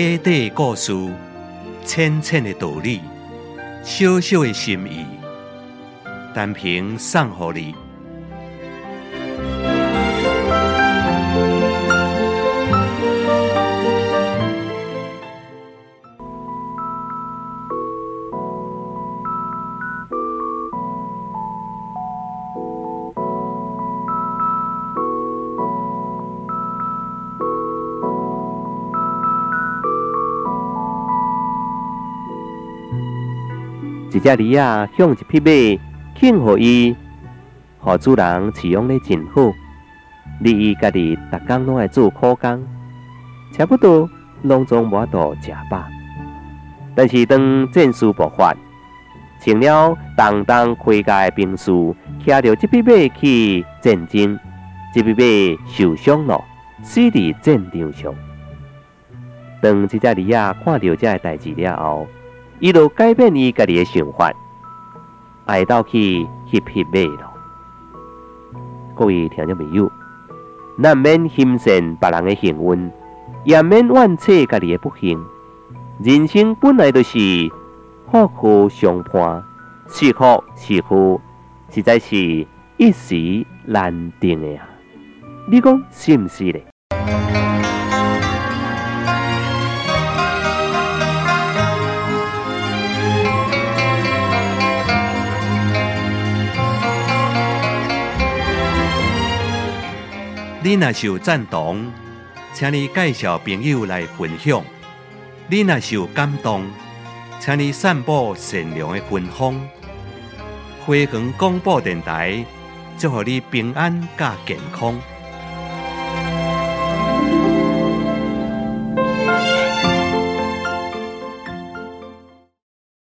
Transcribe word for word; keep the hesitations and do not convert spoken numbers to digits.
短短的故事，浅浅的道理，小小的心意，单凭送予你。 一只狸仔向一匹马庆贺伊，予主人饲养得真好。狸伊家己逐工拢爱做苦工，差不多拢总无法度食饱。但是当战事爆发，穿了重重盔甲的兵士，骑着这匹马去战争，这匹马受伤了，死伫战场上。当这只狸仔看到这个代志了后，伊就改变伊家己的想法，爱斗去翕翕马咯。各位听众朋友，咱免欣赏别人的幸运，也免怨斥家己的不幸。人生本来就是福祸相伴，是福是祸，实在是一时难定的啊！你讲是不是呢？ 你若是有赞同，请你介绍朋友来分享；你若是有感动，请你散布善良的芬芳。花园广播电台，祝福你平安加健康。